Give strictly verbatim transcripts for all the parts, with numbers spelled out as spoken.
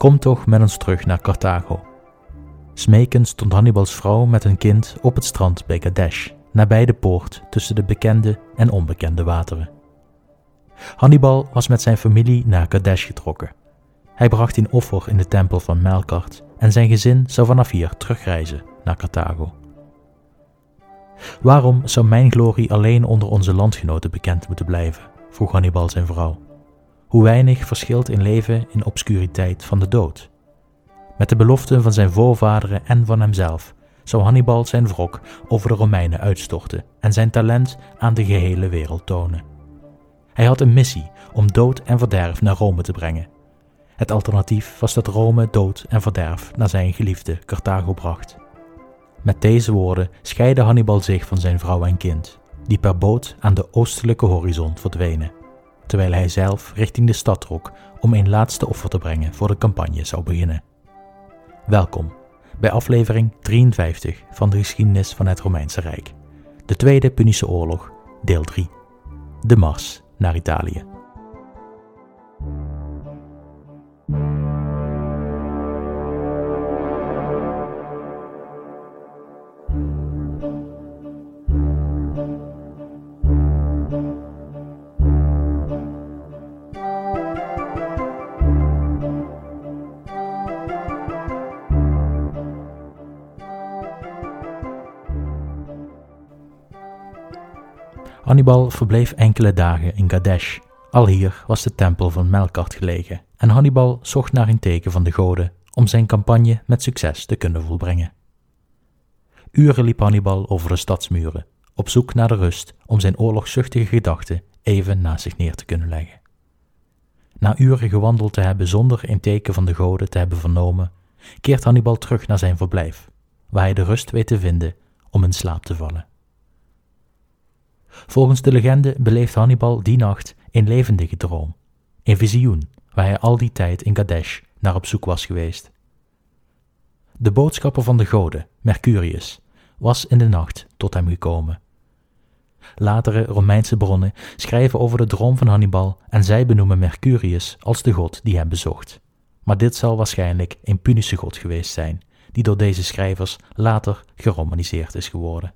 kom toch met ons terug naar Carthago. Smekend stond Hannibals vrouw met een kind op het strand bij Kadesh, nabij de poort tussen de bekende en onbekende wateren. Hannibal was met zijn familie naar Kadesh getrokken. Hij bracht een offer in de tempel van Melkart en zijn gezin zou vanaf hier terugreizen naar Carthago. Waarom zou mijn glorie alleen onder onze landgenoten bekend moeten blijven? Vroeg Hannibal zijn vrouw. Hoe weinig verschilt een leven in obscuriteit van de dood? Met de beloften van zijn voorvaderen en van hemzelf zou Hannibal zijn wrok over de Romeinen uitstorten en zijn talent aan de gehele wereld tonen. Hij had een missie om dood en verderf naar Rome te brengen. Het alternatief was dat Rome dood en verderf naar zijn geliefde Carthago bracht. Met deze woorden scheidde Hannibal zich van zijn vrouw en kind, die per boot aan de oostelijke horizon verdwenen, terwijl hij zelf richting de stad trok om een laatste offer te brengen voor de campagne zou beginnen. Welkom bij aflevering drieënvijftig van de geschiedenis van het Romeinse Rijk, de Tweede Punische Oorlog, deel drie, de mars naar Italië. Hannibal verbleef enkele dagen in Kadesh. Alhier was de tempel van Melkart gelegen en Hannibal zocht naar een teken van de goden om zijn campagne met succes te kunnen volbrengen. Uren liep Hannibal over de stadsmuren, op zoek naar de rust om zijn oorlogszuchtige gedachten even naast zich neer te kunnen leggen. Na uren gewandeld te hebben zonder een teken van de goden te hebben vernomen, keert Hannibal terug naar zijn verblijf, waar hij de rust weet te vinden om in slaap te vallen. Volgens de legende beleeft Hannibal die nacht een levendige droom, een visioen waar hij al die tijd in Kadesh naar op zoek was geweest. De boodschapper van de goden, Mercurius, was in de nacht tot hem gekomen. Latere Romeinse bronnen schrijven over de droom van Hannibal en zij benoemen Mercurius als de god die hem bezocht. Maar dit zal waarschijnlijk een Punische god geweest zijn, die door deze schrijvers later geromaniseerd is geworden.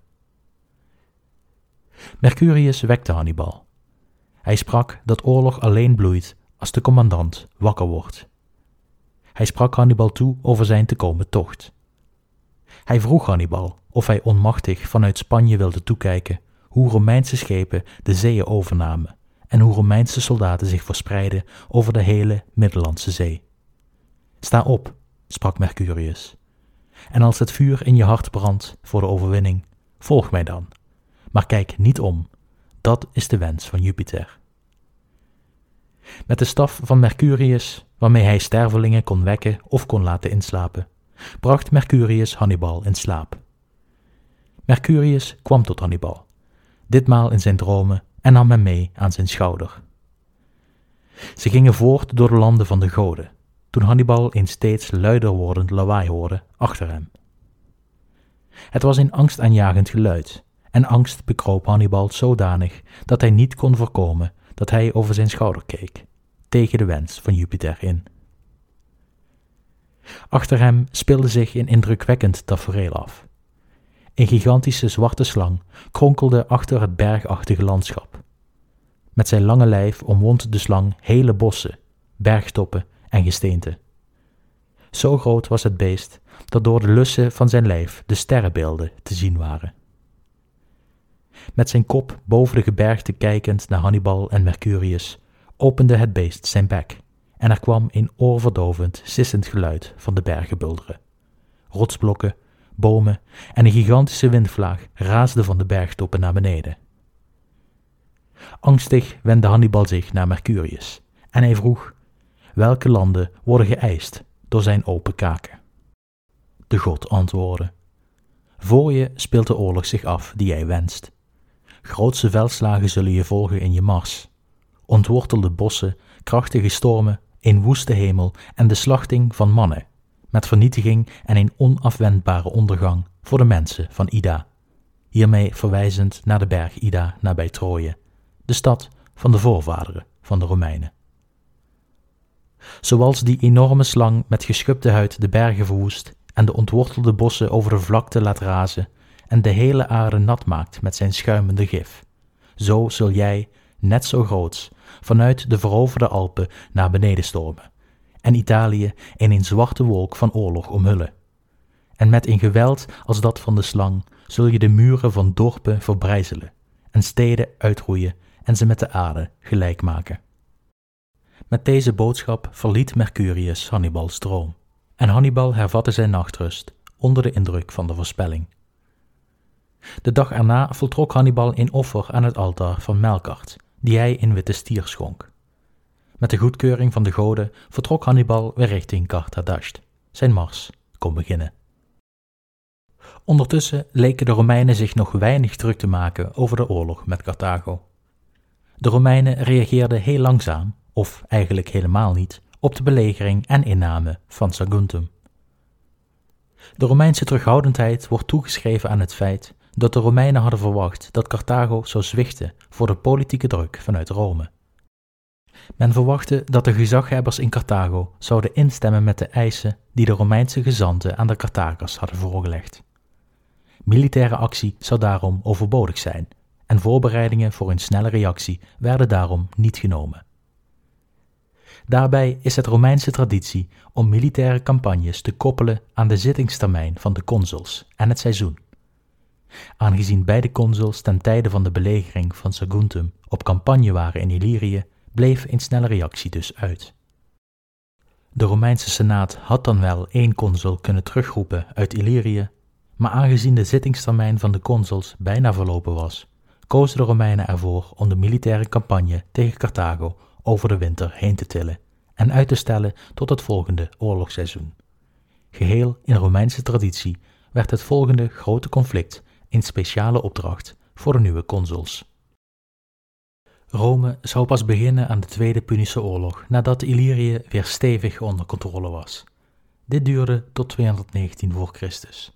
Mercurius wekte Hannibal. Hij sprak dat oorlog alleen bloeit als de commandant wakker wordt. Hij sprak Hannibal toe over zijn te komen tocht. Hij vroeg Hannibal of hij onmachtig vanuit Spanje wilde toekijken hoe Romeinse schepen de zeeën overnamen en hoe Romeinse soldaten zich verspreidden over de hele Middellandse Zee. Sta op, sprak Mercurius, en als het vuur in je hart brandt voor de overwinning, volg mij dan. Maar kijk niet om, dat is de wens van Jupiter. Met de staf van Mercurius, waarmee hij stervelingen kon wekken of kon laten inslapen, bracht Mercurius Hannibal in slaap. Mercurius kwam tot Hannibal, ditmaal in zijn dromen, en nam hem mee aan zijn schouder. Ze gingen voort door de landen van de goden, toen Hannibal een steeds luider wordend lawaai hoorde achter hem. Het was een angstaanjagend geluid, en angst bekroop Hannibal zodanig dat hij niet kon voorkomen dat hij over zijn schouder keek, tegen de wens van Jupiter in. Achter hem speelde zich een indrukwekkend tafereel af. Een gigantische zwarte slang kronkelde achter het bergachtige landschap. Met zijn lange lijf omwond de slang hele bossen, bergtoppen en gesteenten. Zo groot was het beest dat door de lussen van zijn lijf de sterrenbeelden te zien waren. Met zijn kop boven de gebergte kijkend naar Hannibal en Mercurius, opende het beest zijn bek en er kwam een oorverdovend, sissend geluid van de bergen bulderen. Rotsblokken, bomen en een gigantische windvlaag raasden van de bergtoppen naar beneden. Angstig wendde Hannibal zich naar Mercurius en hij vroeg: welke landen worden geëist door zijn open kaken? De god antwoordde: voor je speelt de oorlog zich af die jij wenst. Grootse veldslagen zullen je volgen in je mars. Ontwortelde bossen, krachtige stormen, een woeste hemel en de slachting van mannen, met vernietiging en een onafwendbare ondergang voor de mensen van Ida. Hiermee verwijzend naar de berg Ida nabij Troje, de stad van de voorvaderen van de Romeinen. zoals die enorme slang met geschubde huid de bergen verwoest en de ontwortelde bossen over de vlakte laat razen en de hele aarde nat maakt met zijn schuimende gif. Zo zul jij, net zo groots, vanuit de veroverde Alpen naar beneden stormen en Italië in een zwarte wolk van oorlog omhullen. En met een geweld als dat van de slang zul je de muren van dorpen verbrijzelen en steden uitroeien en ze met de aarde gelijk maken. Met deze boodschap verliet Mercurius Hannibals droom en Hannibal hervatte zijn nachtrust onder de indruk van de voorspelling. De dag erna voltrok Hannibal een offer aan het altaar van Melkart, die hij een witte stier schonk. Met de goedkeuring van de goden vertrok Hannibal weer richting Karthadasht. Zijn mars kon beginnen. Ondertussen leken de Romeinen zich nog weinig druk te maken over de oorlog met Carthago. De Romeinen reageerden heel langzaam, of eigenlijk helemaal niet, op de belegering en inname van Saguntum. De Romeinse terughoudendheid wordt toegeschreven aan het feit dat de Romeinen hadden verwacht dat Carthago zou zwichten voor de politieke druk vanuit Rome. Men verwachtte dat de gezaghebbers in Carthago zouden instemmen met de eisen die de Romeinse gezanten aan de Carthagers hadden voorgelegd. Militaire actie zou daarom overbodig zijn en voorbereidingen voor een snelle reactie werden daarom niet genomen. Daarbij is het Romeinse traditie om militaire campagnes te koppelen aan de zittingstermijn van de consuls en het seizoen. Aangezien beide consuls ten tijde van de belegering van Saguntum op campagne waren in Illyrië, bleef een snelle reactie dus uit. De Romeinse Senaat had dan wel één consul kunnen terugroepen uit Illyrië, maar aangezien de zittingstermijn van de consuls bijna verlopen was, kozen de Romeinen ervoor om de militaire campagne tegen Carthago over de winter heen te tillen en uit te stellen tot het volgende oorlogsseizoen. Geheel in Romeinse traditie werd het volgende grote conflict een speciale opdracht voor de nieuwe consuls. Rome zou pas beginnen aan de Tweede Punische Oorlog nadat Illyrië weer stevig onder controle was. Dit duurde tot tweehonderdnegentien voor Christus.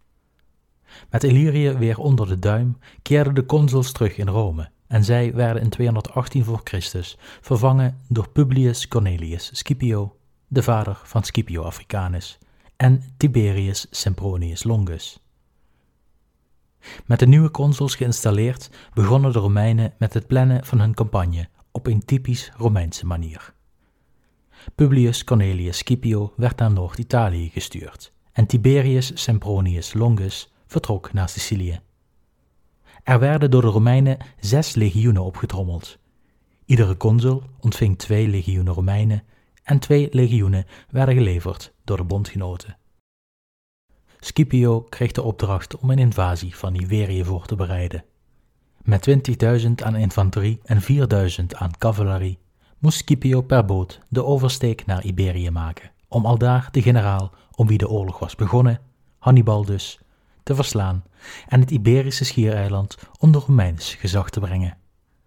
Met Illyrië weer onder de duim keerden de consuls terug in Rome en zij werden in tweehonderdachttien voor Christus vervangen door Publius Cornelius Scipio, de vader van Scipio Africanus, en Tiberius Sempronius Longus. Met de nieuwe consuls geïnstalleerd begonnen de Romeinen met het plannen van hun campagne op een typisch Romeinse manier. Publius Cornelius Scipio werd naar Noord-Italië gestuurd en Tiberius Sempronius Longus vertrok naar Sicilië. Er werden door de Romeinen zes legioenen opgetrommeld. Iedere consul ontving twee legioenen Romeinen en twee legioenen werden geleverd door de bondgenoten. Scipio kreeg de opdracht om een invasie van Iberië voor te bereiden. Met twintigduizend aan infanterie en vierduizend aan cavalerie moest Scipio per boot de oversteek naar Iberië maken, om aldaar de generaal om wie de oorlog was begonnen, Hannibal dus, te verslaan en het Iberische schiereiland onder Romeins gezag te brengen.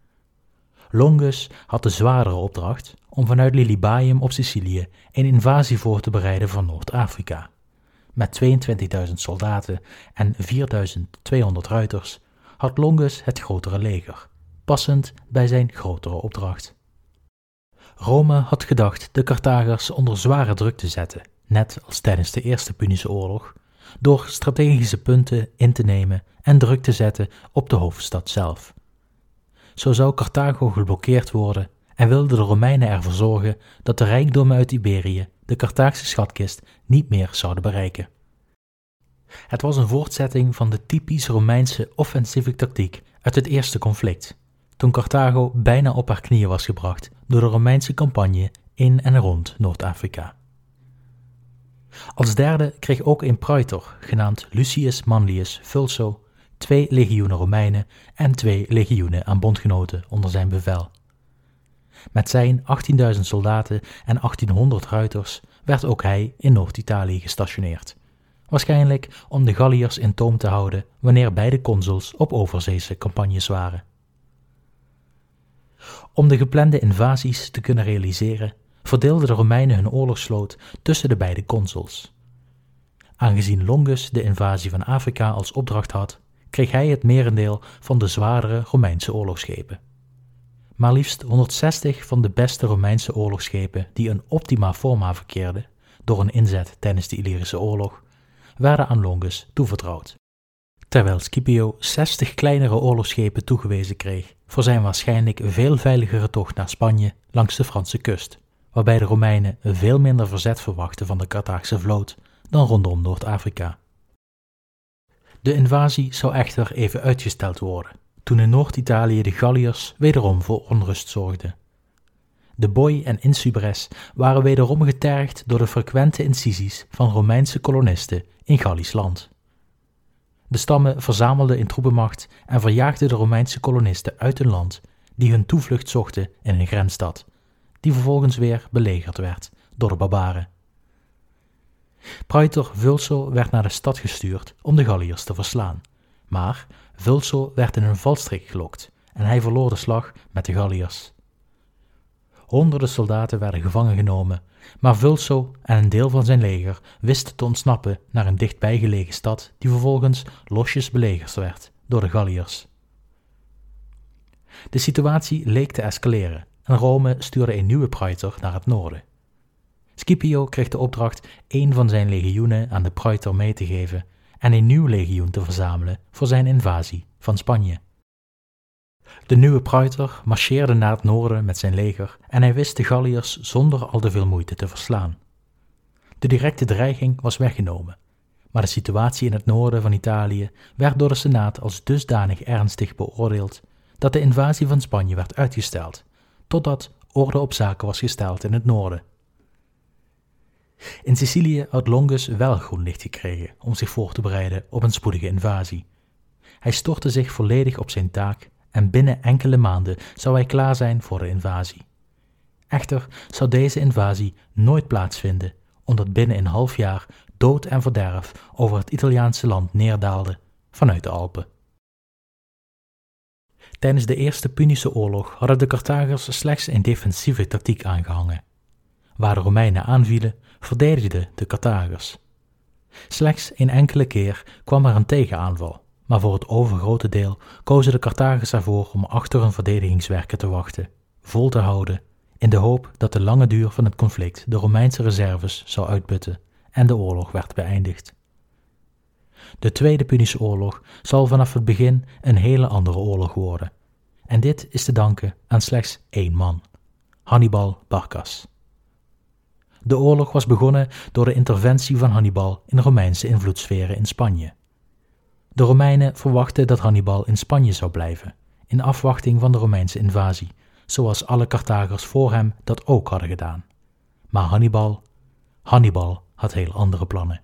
Longus had de zwaardere opdracht om vanuit Lilybaeum op Sicilië een invasie voor te bereiden van Noord-Afrika. Met tweeëntwintigduizend soldaten en vierduizend tweehonderd ruiters had Longus het grotere leger, passend bij zijn grotere opdracht. Rome had gedacht de Carthagers onder zware druk te zetten, net als tijdens de Eerste Punische Oorlog, door strategische punten in te nemen en druk te zetten op de hoofdstad zelf. Zo zou Carthago geblokkeerd worden en wilden de Romeinen ervoor zorgen dat de rijkdommen uit Iberië de Carthaagse schatkist niet meer zouden bereiken. Het was een voortzetting van de typisch Romeinse offensieve tactiek uit het eerste conflict, toen Carthago bijna op haar knieën was gebracht door de Romeinse campagne in en rond Noord-Afrika. Als derde kreeg ook een praetor, genaamd Lucius Manlius Vulso, twee legioenen Romeinen en twee legioenen aan bondgenoten onder zijn bevel. Met zijn achttienduizend soldaten en achttienhonderd ruiters werd ook hij in Noord-Italië gestationeerd, waarschijnlijk om de Galliërs in toom te houden wanneer beide consuls op overzeese campagnes waren. Om de geplande invasies te kunnen realiseren, verdeelden de Romeinen hun oorlogsvloot tussen de beide consuls. Aangezien Longus de invasie van Afrika als opdracht had, kreeg hij het merendeel van de zwaardere Romeinse oorlogsschepen. maar liefst honderdzestig van de beste Romeinse oorlogsschepen die in optima forma verkeerden door een inzet tijdens de Illyrische oorlog, werden aan Longus toevertrouwd. Terwijl Scipio zestig kleinere oorlogsschepen toegewezen kreeg voor zijn waarschijnlijk veel veiligere tocht naar Spanje langs de Franse kust, waarbij de Romeinen veel minder verzet verwachten van de Carthaagse vloot dan rondom Noord-Afrika. De invasie zou echter even uitgesteld worden, toen in Noord-Italië de Galliërs wederom voor onrust zorgden. De Boii en Insubres waren wederom getergd door de frequente incisies van Romeinse kolonisten in Gallisch land. De stammen verzamelden in troepenmacht en verjaagden de Romeinse kolonisten uit hun land, die hun toevlucht zochten in een grensstad, die vervolgens weer belegerd werd door de barbaren. Praetor Vulso werd naar de stad gestuurd om de Galliërs te verslaan, maar Vulso werd in een valstrik gelokt en hij verloor de slag met de Galliërs. Honderden soldaten werden gevangen genomen, maar Vulso en een deel van zijn leger wisten te ontsnappen naar een dichtbijgelegen stad die vervolgens losjes belegerd werd door de Galliërs. De situatie leek te escaleren en Rome stuurde een nieuwe praetor naar het noorden. Scipio kreeg de opdracht één van zijn legioenen aan de praetor mee te geven en een nieuw legioen te verzamelen voor zijn invasie van Spanje. De nieuwe praetor marcheerde naar het noorden met zijn leger en hij wist de Galliërs zonder al te veel moeite te verslaan. De directe dreiging was weggenomen, maar de situatie in het noorden van Italië werd door de Senaat als dusdanig ernstig beoordeeld dat de invasie van Spanje werd uitgesteld, totdat orde op zaken was gesteld in het noorden. In Sicilië had Longus wel groen licht gekregen om zich voor te bereiden op een spoedige invasie. Hij stortte zich volledig op zijn taak en binnen enkele maanden zou hij klaar zijn voor de invasie. Echter zou deze invasie nooit plaatsvinden, omdat binnen een half jaar dood en verderf over het Italiaanse land neerdaalde vanuit de Alpen. Tijdens de Eerste Punische Oorlog hadden de Carthagers slechts een defensieve tactiek aangehangen. Waar de Romeinen aanvielen, verdedigden de Carthagers. Slechts een enkele keer kwam er een tegenaanval, maar voor het overgrote deel kozen de Carthagers ervoor om achter hun verdedigingswerken te wachten, vol te houden, in de hoop dat de lange duur van het conflict de Romeinse reserves zou uitputten en de oorlog werd beëindigd. De Tweede Punische Oorlog zal vanaf het begin een hele andere oorlog worden, en dit is te danken aan slechts één man, Hannibal Barcas. De oorlog was begonnen door de interventie van Hannibal in Romeinse invloedssferen in Spanje. De Romeinen verwachten dat Hannibal in Spanje zou blijven, in afwachting van de Romeinse invasie, zoals alle Carthagers voor hem dat ook hadden gedaan. Maar Hannibal, Hannibal had heel andere plannen.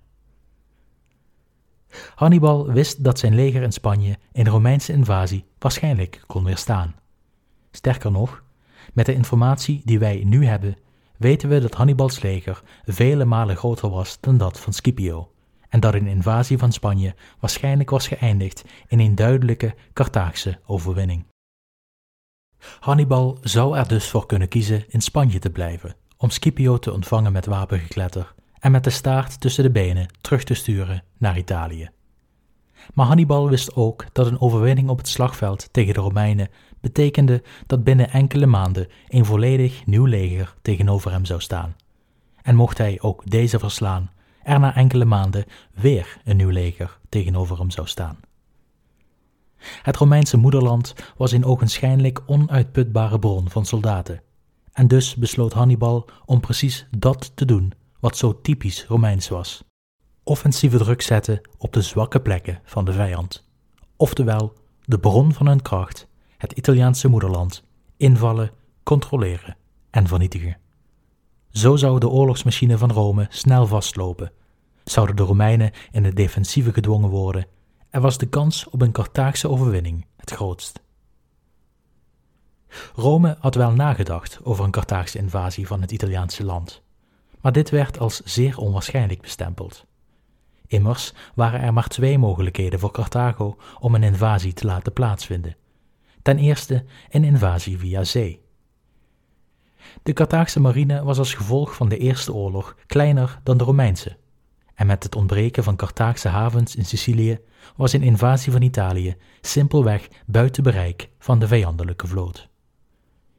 Hannibal wist dat zijn leger in Spanje een Romeinse invasie waarschijnlijk kon weerstaan. Sterker nog, met de informatie die wij nu hebben, weten we dat Hannibals leger vele malen groter was dan dat van Scipio, en dat een invasie van Spanje waarschijnlijk was geëindigd in een duidelijke Carthaagse overwinning. Hannibal zou er dus voor kunnen kiezen in Spanje te blijven, om Scipio te ontvangen met wapengekletter en met de staart tussen de benen terug te sturen naar Italië. Maar Hannibal wist ook dat een overwinning op het slagveld tegen de Romeinen betekende dat binnen enkele maanden een volledig nieuw leger tegenover hem zou staan. En mocht hij ook deze verslaan, er na enkele maanden weer een nieuw leger tegenover hem zou staan. Het Romeinse moederland was een ogenschijnlijk onuitputbare bron van soldaten, en dus besloot Hannibal om precies dat te doen wat zo typisch Romeins was: offensieve druk zetten op de zwakke plekken van de vijand, oftewel de bron van hun kracht, het Italiaanse moederland, invallen, controleren en vernietigen. Zo zou de oorlogsmachine van Rome snel vastlopen, zouden de Romeinen in het defensieve gedwongen worden en was de kans op een Carthaagse overwinning het grootst. Rome had wel nagedacht over een Carthaagse invasie van het Italiaanse land, maar dit werd als zeer onwaarschijnlijk bestempeld. Immers waren er maar twee mogelijkheden voor Carthago om een invasie te laten plaatsvinden. Ten eerste een invasie via zee. De Carthaagse marine was als gevolg van de Eerste Oorlog kleiner dan de Romeinse, en met het ontbreken van Carthaagse havens in Sicilië was een invasie van Italië simpelweg buiten bereik van de vijandelijke vloot.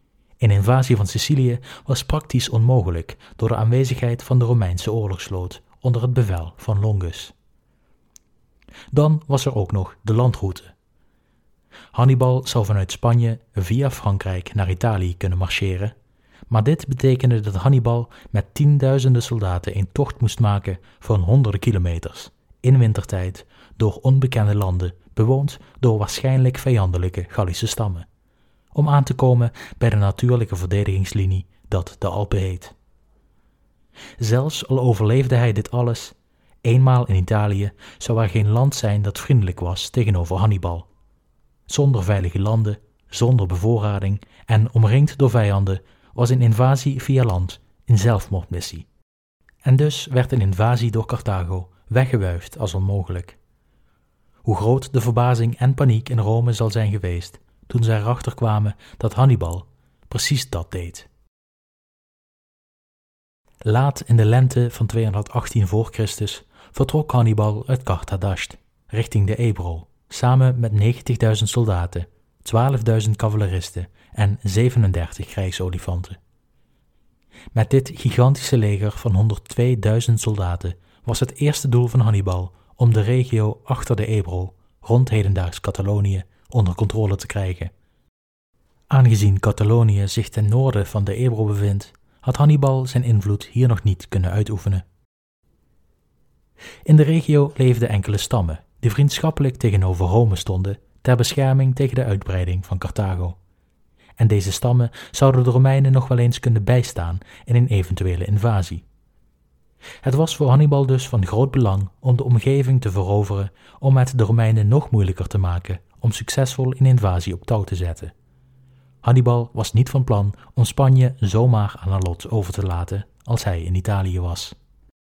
Een invasie van Sicilië was praktisch onmogelijk door de aanwezigheid van de Romeinse oorlogsvloot onder het bevel van Longus. Dan was er ook nog de landroute. Hannibal zou vanuit Spanje via Frankrijk naar Italië kunnen marcheren, maar dit betekende dat Hannibal met tienduizenden soldaten een tocht moest maken van honderden kilometers, in wintertijd, door onbekende landen, bewoond door waarschijnlijk vijandelijke Gallische stammen, om aan te komen bij de natuurlijke verdedigingslinie dat de Alpen heet. Zelfs al overleefde hij dit alles, eenmaal in Italië zou er geen land zijn dat vriendelijk was tegenover Hannibal. Zonder veilige landen, zonder bevoorrading en omringd door vijanden was een invasie via land een zelfmoordmissie. En dus werd een invasie door Carthago weggewuifd als onmogelijk. Hoe groot de verbazing en paniek in Rome zal zijn geweest toen zij erachter kwamen dat Hannibal precies dat deed. Laat in de lente van tweehonderdachttien voor Christus vertrok Hannibal uit Carthagast richting de Ebro, samen met negentigduizend soldaten, twaalfduizend cavaleristen en zevenendertig krijgsolifanten. Met dit gigantische leger van honderdtweeduizend soldaten was het eerste doel van Hannibal om de regio achter de Ebro, rond hedendaags Catalonië, onder controle te krijgen. Aangezien Catalonië zich ten noorden van de Ebro bevindt, had Hannibal zijn invloed hier nog niet kunnen uitoefenen. In de regio leefden enkele stammen die vriendschappelijk tegenover Rome stonden ter bescherming tegen de uitbreiding van Carthago. En deze stammen zouden de Romeinen nog wel eens kunnen bijstaan in een eventuele invasie. Het was voor Hannibal dus van groot belang om de omgeving te veroveren om het de Romeinen nog moeilijker te maken om succesvol een invasie op touw te zetten. Hannibal was niet van plan om Spanje zomaar aan haar lot over te laten als hij in Italië was.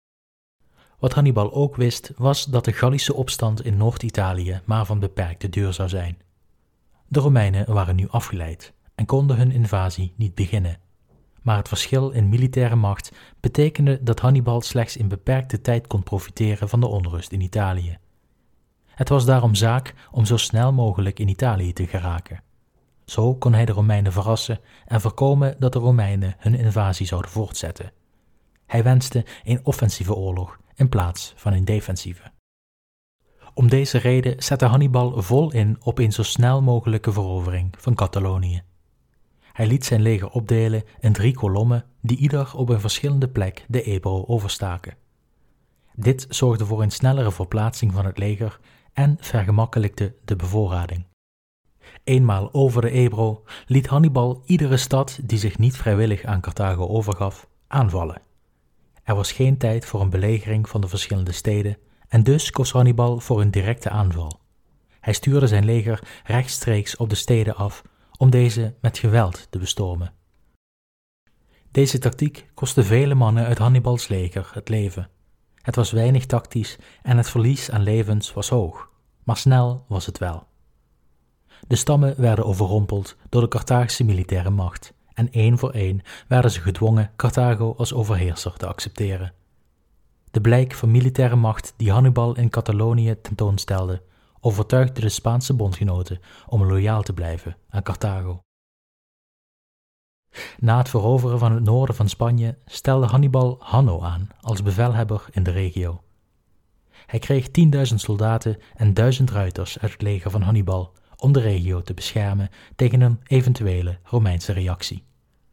Wat Hannibal ook wist, was dat de Gallische opstand in Noord-Italië maar van beperkte duur zou zijn. De Romeinen waren nu afgeleid en konden hun invasie niet beginnen. Maar het verschil in militaire macht betekende dat Hannibal slechts in beperkte tijd kon profiteren van de onrust in Italië. Het was daarom zaak om zo snel mogelijk in Italië te geraken. Zo kon hij de Romeinen verrassen en voorkomen dat de Romeinen hun invasie zouden voortzetten. Hij wenste een offensieve oorlog in plaats van een defensieve. Om deze reden zette Hannibal vol in op een zo snel mogelijke verovering van Catalonië. Hij liet zijn leger opdelen in drie kolommen die ieder op een verschillende plek de Ebro overstaken. Dit zorgde voor een snellere verplaatsing van het leger en vergemakkelijkte de bevoorrading. Eenmaal over de Ebro liet Hannibal iedere stad die zich niet vrijwillig aan Carthago overgaf, aanvallen. Er was geen tijd voor een belegering van de verschillende steden en dus koos Hannibal voor een directe aanval. Hij stuurde zijn leger rechtstreeks op de steden af om deze met geweld te bestormen. Deze tactiek kostte vele mannen uit Hannibals leger het leven. Het was weinig tactisch en het verlies aan levens was hoog, maar snel was het wel. De stammen werden overrompeld door de Carthagische militaire macht en één voor één werden ze gedwongen Carthago als overheerser te accepteren. De blijk van militaire macht die Hannibal in Catalonië tentoonstelde, overtuigde de Spaanse bondgenoten om loyaal te blijven aan Carthago. Na het veroveren van het noorden van Spanje stelde Hannibal Hanno aan als bevelhebber in de regio. Hij kreeg tienduizend soldaten en duizend ruiters uit het leger van Hannibal om de regio te beschermen tegen een eventuele Romeinse reactie.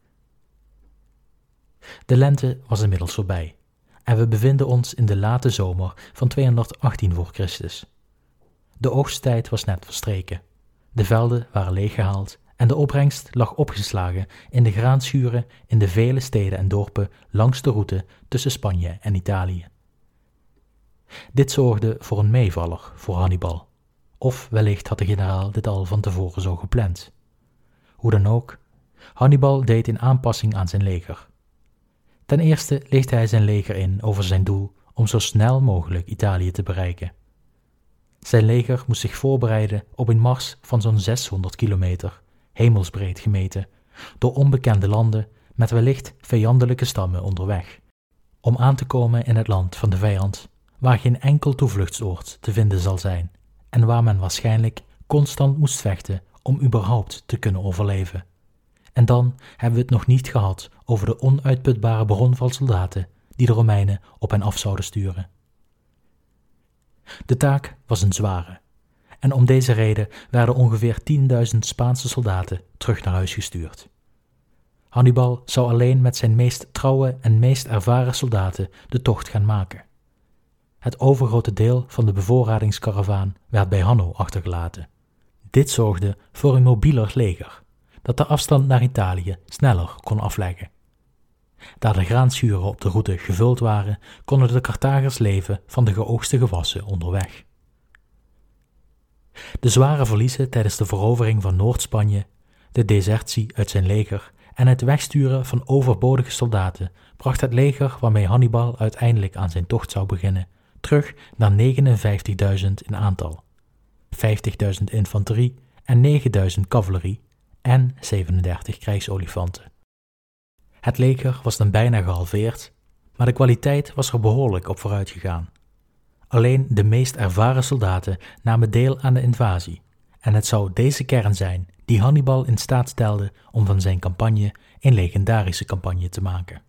De lente was inmiddels voorbij en we bevinden ons in de late zomer van tweehonderdachttien voor Christus. De oogsttijd was net verstreken, de velden waren leeggehaald en de opbrengst lag opgeslagen in de graanschuren in de vele steden en dorpen langs de route tussen Spanje en Italië. Dit zorgde voor een meevaller voor Hannibal, of wellicht had de generaal dit al van tevoren zo gepland. Hoe dan ook, Hannibal deed een aanpassing aan zijn leger. Ten eerste lichtte hij zijn leger in over zijn doel om zo snel mogelijk Italië te bereiken. Zijn leger moest zich voorbereiden op een mars van zo'n zeshonderd kilometer, hemelsbreed gemeten, door onbekende landen met wellicht vijandelijke stammen onderweg, om aan te komen in het land van de vijand, waar geen enkel toevluchtsoord te vinden zal zijn en waar men waarschijnlijk constant moest vechten om überhaupt te kunnen overleven. En dan hebben we het nog niet gehad over de onuitputbare bron van soldaten die de Romeinen op hen af zouden sturen. De taak was een zware, en om deze reden werden ongeveer tienduizend Spaanse soldaten terug naar huis gestuurd. Hannibal zou alleen met zijn meest trouwe en meest ervaren soldaten de tocht gaan maken. Het overgrote deel van de bevoorradingskaravaan werd bij Hanno achtergelaten. Dit zorgde voor een mobieler leger, dat de afstand naar Italië sneller kon afleggen. Daar de graanschuren op de route gevuld waren, konden de Carthagers leven van de geoogste gewassen onderweg. De zware verliezen tijdens de verovering van Noord-Spanje, de desertie uit zijn leger en het wegsturen van overbodige soldaten bracht het leger waarmee Hannibal uiteindelijk aan zijn tocht zou beginnen terug naar negenenvijftigduizend in aantal, vijftigduizend infanterie en negenduizend cavalerie en zevenendertig krijgsolifanten. Het leger was dan bijna gehalveerd, maar de kwaliteit was er behoorlijk op vooruit gegaan. Alleen de meest ervaren soldaten namen deel aan de invasie, en het zou deze kern zijn die Hannibal in staat stelde om van zijn campagne een legendarische campagne te maken.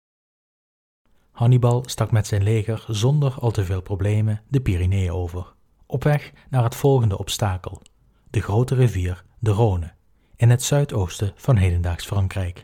Hannibal stak met zijn leger zonder al te veel problemen de Pyreneeën over, op weg naar het volgende obstakel, de grote rivier de Rhône, in het zuidoosten van hedendaags Frankrijk.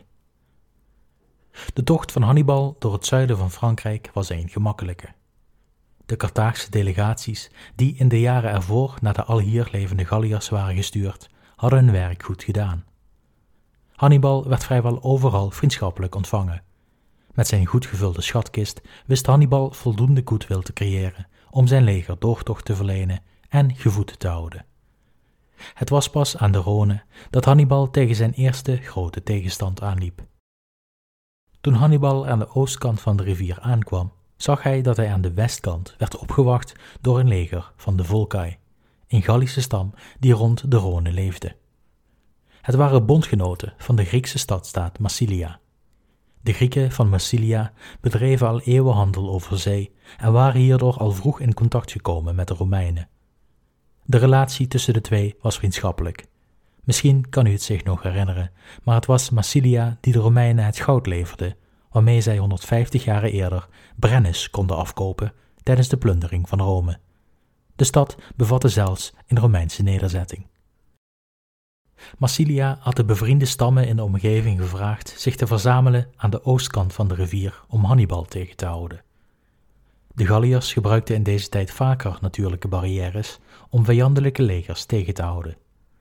De tocht van Hannibal door het zuiden van Frankrijk was een gemakkelijke. De Carthaagse delegaties, die in de jaren ervoor naar de alhier levende Galliërs waren gestuurd, hadden hun werk goed gedaan. Hannibal werd vrijwel overal vriendschappelijk ontvangen. Met zijn goed gevulde schatkist wist Hannibal voldoende goodwill te creëren om zijn leger doortocht te verlenen en gevoed te houden. Het was pas aan de Rhône dat Hannibal tegen zijn eerste grote tegenstand aanliep. Toen Hannibal aan de oostkant van de rivier aankwam, zag hij dat hij aan de westkant werd opgewacht door een leger van de Volcae, een Gallische stam die rond de Rhône leefde. Het waren bondgenoten van de Griekse stadstaat Massilia. De Grieken van Massilia bedreven al eeuwen handel over zee en waren hierdoor al vroeg in contact gekomen met de Romeinen. De relatie tussen de twee was vriendschappelijk. Misschien kan u het zich nog herinneren, maar het was Massilia die de Romeinen het goud leverde, waarmee zij honderdvijftig jaren eerder Brennus konden afkopen tijdens de plundering van Rome. De stad bevatte zelfs een Romeinse nederzetting. Massilia had de bevriende stammen in de omgeving gevraagd zich te verzamelen aan de oostkant van de rivier om Hannibal tegen te houden. De Galliërs gebruikten in deze tijd vaker natuurlijke barrières om vijandelijke legers tegen te houden.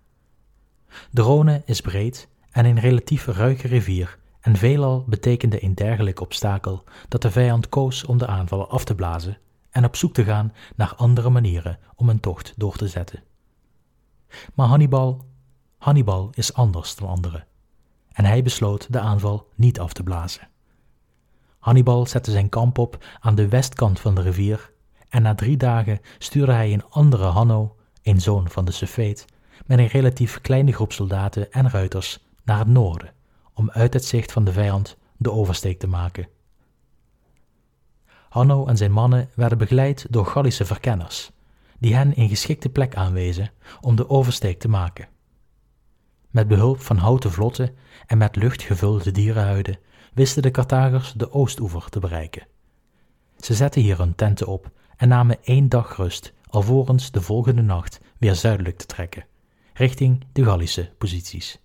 De Rhône is breed en een relatief ruige rivier en veelal betekende een dergelijk obstakel dat de vijand koos om de aanvallen af te blazen en op zoek te gaan naar andere manieren om een tocht door te zetten. Maar Hannibal, Hannibal is anders dan anderen en hij besloot de aanval niet af te blazen. Hannibal zette zijn kamp op aan de westkant van de rivier en na drie dagen stuurde hij een andere Hanno, een zoon van de Sefeet, met een relatief kleine groep soldaten en ruiters naar het noorden, om uit het zicht van de vijand de oversteek te maken. Hanno en zijn mannen werden begeleid door Gallische verkenners, die hen een geschikte plek aanwezen om de oversteek te maken. Met behulp van houten vlotten en met lucht gevulde dierenhuiden wisten de Carthagers de oostoever te bereiken. Ze zetten hier hun tenten op en namen één dag rust, alvorens de volgende nacht weer zuidelijk te trekken, richting de Gallische posities.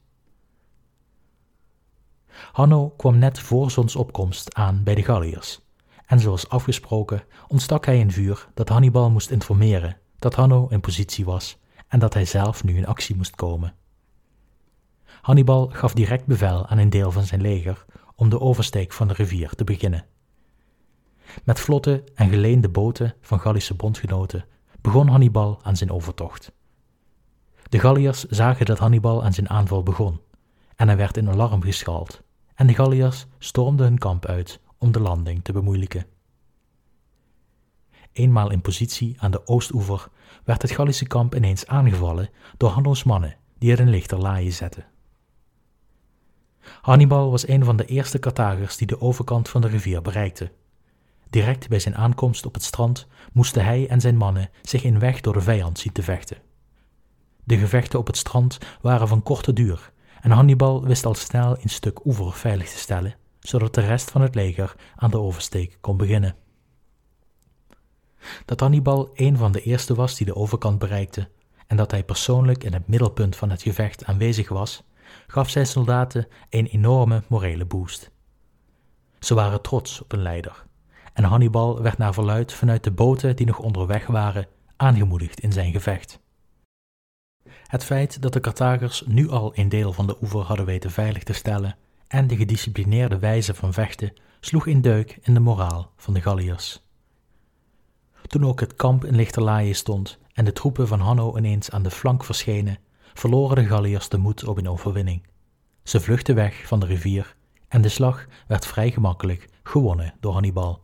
Hanno kwam net voor zonsopkomst aan bij de Galliërs, en zoals afgesproken ontstak hij een vuur dat Hannibal moest informeren dat Hanno in positie was en dat hij zelf nu in actie moest komen. Hannibal gaf direct bevel aan een deel van zijn leger om de oversteek van de rivier te beginnen. Met vlotte en geleende boten van Gallische bondgenoten begon Hannibal aan zijn overtocht. De Galliërs zagen dat Hannibal aan zijn aanval begon en er werd een alarm geschald en de Galliërs stormden hun kamp uit om de landing te bemoeilijken. Eenmaal in positie aan de oostoever werd het Gallische kamp ineens aangevallen door Hanno's mannen die het in lichterlaaie zetten. Hannibal was een van de eerste Carthagers die de overkant van de rivier bereikte. Direct bij zijn aankomst op het strand moesten hij en zijn mannen zich een weg door de vijand zien te vechten. De gevechten op het strand waren van korte duur en Hannibal wist al snel een stuk oever veilig te stellen, zodat de rest van het leger aan de oversteek kon beginnen. Dat Hannibal een van de eerste was die de overkant bereikte en dat hij persoonlijk in het middelpunt van het gevecht aanwezig was, gaf zijn soldaten een enorme morele boost. Ze waren trots op hun leider en Hannibal werd naar verluidt vanuit de boten die nog onderweg waren aangemoedigd in zijn gevecht. Het feit dat de Carthagers nu al een deel van de oever hadden weten veilig te stellen en de gedisciplineerde wijze van vechten sloeg een deuk in de moraal van de Galliërs. Toen ook het kamp in Lichterlaaie stond en de troepen van Hanno ineens aan de flank verschenen, verloren de Galliërs de moed op een overwinning. Ze vluchtten weg van de rivier en de slag werd vrij gemakkelijk gewonnen door Hannibal.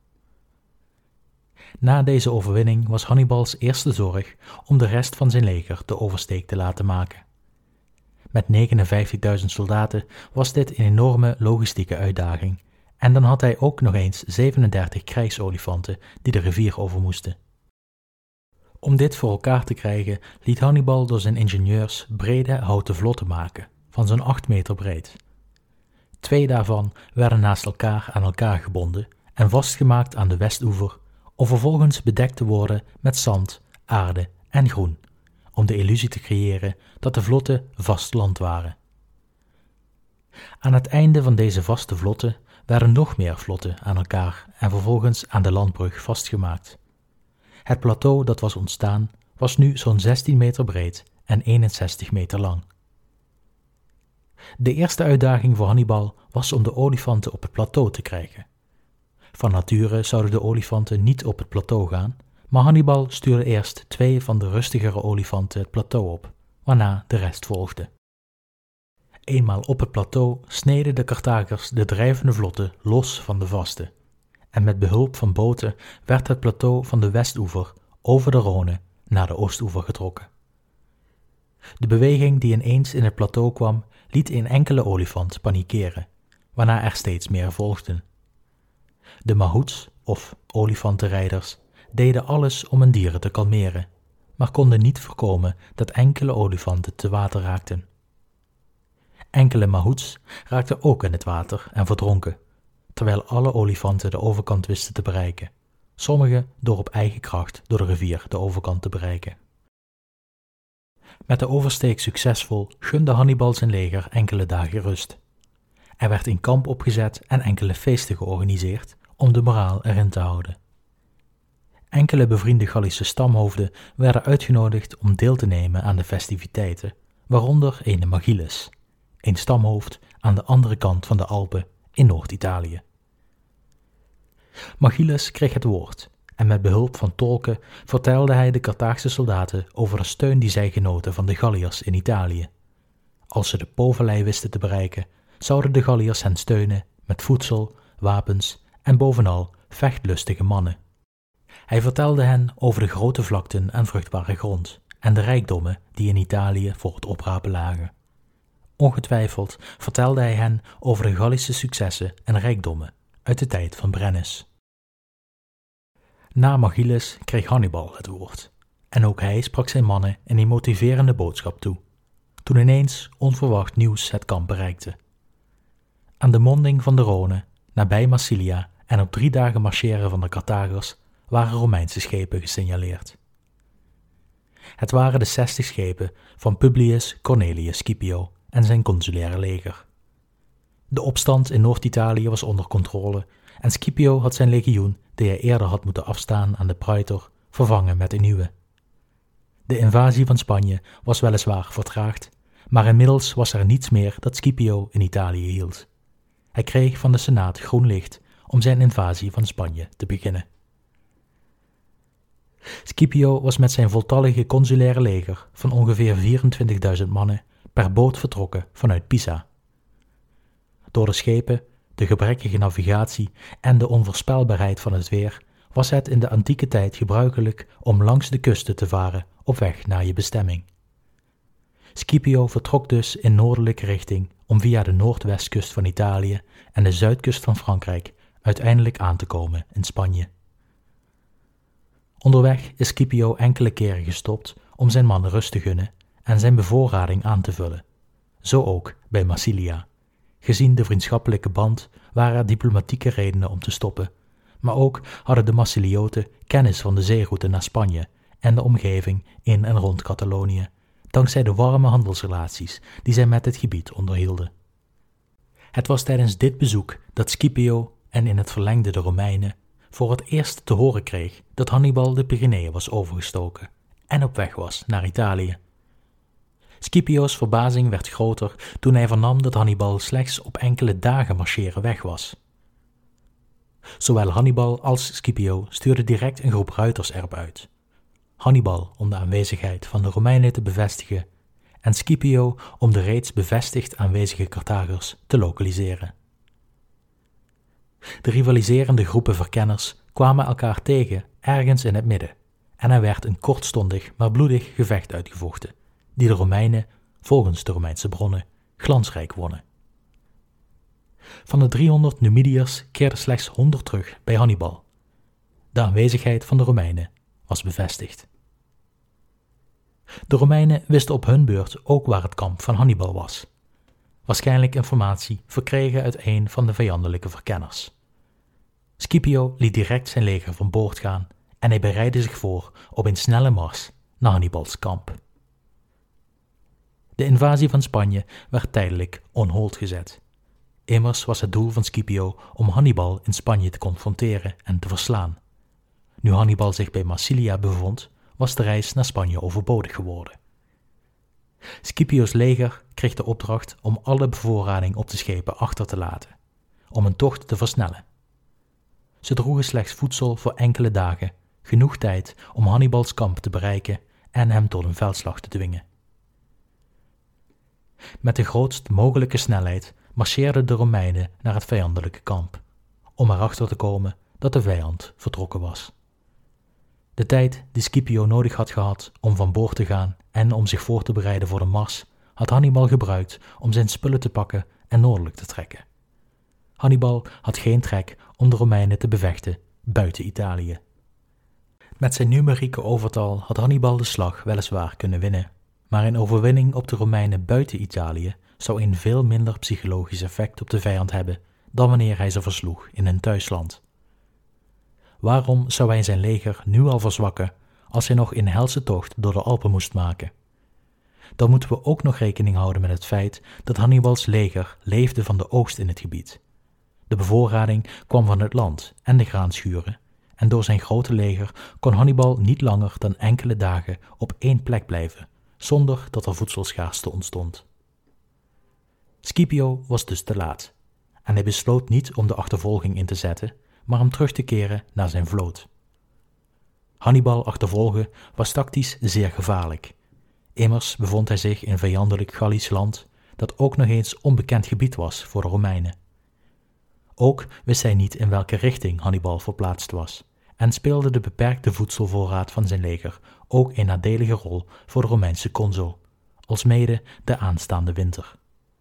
Na deze overwinning was Hannibals eerste zorg om de rest van zijn leger de oversteek te laten maken. Met negenenvijftigduizend soldaten was dit een enorme logistieke uitdaging en dan had hij ook nog eens zevenendertig krijgsolifanten die de rivier over moesten. Om dit voor elkaar te krijgen liet Hannibal door zijn ingenieurs brede houten vlotten maken, van zo'n acht meter breed. Twee daarvan werden naast elkaar aan elkaar gebonden en vastgemaakt aan de westoever, om vervolgens bedekt te worden met zand, aarde en groen, om de illusie te creëren dat de vlotten vast land waren. Aan het einde van deze vaste vlotten werden nog meer vlotten aan elkaar en vervolgens aan de landbrug vastgemaakt. Het plateau dat was ontstaan was nu zo'n zestien meter breed en eenenzestig meter lang. De eerste uitdaging voor Hannibal was om de olifanten op het plateau te krijgen. Van nature zouden de olifanten niet op het plateau gaan, maar Hannibal stuurde eerst twee van de rustigere olifanten het plateau op, waarna de rest volgde. Eenmaal op het plateau sneden de Carthagers de drijvende vlotten los van de vaste, en met behulp van boten werd het plateau van de westoever over de Rhône naar de oostoever getrokken. De beweging die ineens in het plateau kwam, liet een enkele olifant panikeren, waarna er steeds meer volgden. De mahouts, of olifantenrijders, deden alles om hun dieren te kalmeren, maar konden niet voorkomen dat enkele olifanten te water raakten. Enkele mahouts raakten ook in het water en verdronken, terwijl alle olifanten de overkant wisten te bereiken, sommige door op eigen kracht door de rivier de overkant te bereiken. Met de oversteek succesvol gunde Hannibal zijn leger enkele dagen rust. Er werd een kamp opgezet en enkele feesten georganiseerd om de moraal erin te houden. Enkele bevriende Gallische stamhoofden werden uitgenodigd om deel te nemen aan de festiviteiten, waaronder ene Magillus, een stamhoofd aan de andere kant van de Alpen in Noord-Italië. Magillus kreeg het woord en met behulp van tolken vertelde hij de Carthaagse soldaten over de steun die zij genoten van de Galliërs in Italië. Als ze de Po-vallei wisten te bereiken, zouden de Galliërs hen steunen met voedsel, wapens en bovenal vechtlustige mannen. Hij vertelde hen over de grote vlakten en vruchtbare grond en de rijkdommen die in Italië voor het oprapen lagen. Ongetwijfeld vertelde hij hen over de Gallische successen en rijkdommen uit de tijd van Brennus. Na Magillus kreeg Hannibal het woord en ook hij sprak zijn mannen in een motiverende boodschap toe, toen ineens onverwacht nieuws het kamp bereikte. Aan de monding van de Rhône, nabij Massilia en op drie dagen marcheren van de Carthagers, waren Romeinse schepen gesignaleerd. Het waren de zestig schepen van Publius Cornelius Scipio en zijn consulaire leger. De opstand in Noord-Italië was onder controle en Scipio had zijn legioen, die hij eerder had moeten afstaan aan de Praetor, vervangen met een nieuwe. De invasie van Spanje was weliswaar vertraagd, maar inmiddels was er niets meer dat Scipio in Italië hield. Hij kreeg van de Senaat groen licht om zijn invasie van Spanje te beginnen. Scipio was met zijn voltallige consulaire leger van ongeveer vierentwintigduizend mannen per boot vertrokken vanuit Pisa. Door de schepen, de gebrekkige navigatie en de onvoorspelbaarheid van het weer was het in de antieke tijd gebruikelijk om langs de kusten te varen op weg naar je bestemming. Scipio vertrok dus in noordelijke richting om via de noordwestkust van Italië en de zuidkust van Frankrijk uiteindelijk aan te komen in Spanje. Onderweg is Scipio enkele keren gestopt om zijn mannen rust te gunnen en zijn bevoorrading aan te vullen, zo ook bij Massilia. Gezien de vriendschappelijke band waren er diplomatieke redenen om te stoppen, maar ook hadden de Massilioten kennis van de zeeroute naar Spanje en de omgeving in en rond Catalonië, dankzij de warme handelsrelaties die zij met het gebied onderhielden. Het was tijdens dit bezoek dat Scipio en in het verlengde de Romeinen voor het eerst te horen kreeg dat Hannibal de Pyreneeën was overgestoken en op weg was naar Italië. Scipio's verbazing werd groter toen hij vernam dat Hannibal slechts op enkele dagen marcheren weg was. Zowel Hannibal als Scipio stuurden direct een groep ruiters erop uit. Hannibal om de aanwezigheid van de Romeinen te bevestigen en Scipio om de reeds bevestigd aanwezige Carthagers te lokaliseren. De rivaliserende groepen verkenners kwamen elkaar tegen ergens in het midden en er werd een kortstondig maar bloedig gevecht uitgevochten, die de Romeinen, volgens de Romeinse bronnen, glansrijk wonnen. Van de driehonderd Numidiërs keerden slechts honderd terug bij Hannibal. De aanwezigheid van de Romeinen was bevestigd. De Romeinen wisten op hun beurt ook waar het kamp van Hannibal was. Waarschijnlijk informatie verkregen uit een van de vijandelijke verkenners. Scipio liet direct zijn leger van boord gaan en hij bereidde zich voor op een snelle mars naar Hannibals kamp. De invasie van Spanje werd tijdelijk on hold gezet. Immers was het doel van Scipio om Hannibal in Spanje te confronteren en te verslaan. Nu Hannibal zich bij Massilia bevond, was de reis naar Spanje overbodig geworden. Scipio's leger kreeg de opdracht om alle bevoorrading op de schepen achter te laten, om een tocht te versnellen. Ze droegen slechts voedsel voor enkele dagen, genoeg tijd om Hannibals kamp te bereiken en hem tot een veldslag te dwingen. Met de grootst mogelijke snelheid marcheerden de Romeinen naar het vijandelijke kamp, om erachter te komen dat de vijand vertrokken was. De tijd die Scipio nodig had gehad om van boord te gaan en om zich voor te bereiden voor de mars, had Hannibal gebruikt om zijn spullen te pakken en noordelijk te trekken. Hannibal had geen trek om de Romeinen te bevechten buiten Italië. Met zijn numerieke overtal had Hannibal de slag weliswaar kunnen winnen, maar een overwinning op de Romeinen buiten Italië zou een veel minder psychologisch effect op de vijand hebben dan wanneer hij ze versloeg in hun thuisland. Waarom zou hij zijn leger nu al verzwakken als hij nog een helse tocht door de Alpen moest maken? Dan moeten we ook nog rekening houden met het feit dat Hannibals leger leefde van de oogst in het gebied. De bevoorrading kwam van het land en de graanschuren, en door zijn grote leger kon Hannibal niet langer dan enkele dagen op één plek blijven, zonder dat er voedselschaarste ontstond. Scipio was dus te laat, en hij besloot niet om de achtervolging in te zetten, maar om terug te keren naar zijn vloot. Hannibal achtervolgen was tactisch zeer gevaarlijk. Immers bevond hij zich in vijandelijk Gallisch land, dat ook nog eens onbekend gebied was voor de Romeinen. Ook wist hij niet in welke richting Hannibal verplaatst was, en speelde de beperkte voedselvoorraad van zijn leger ook een nadelige rol voor de Romeinse consul, alsmede de aanstaande winter.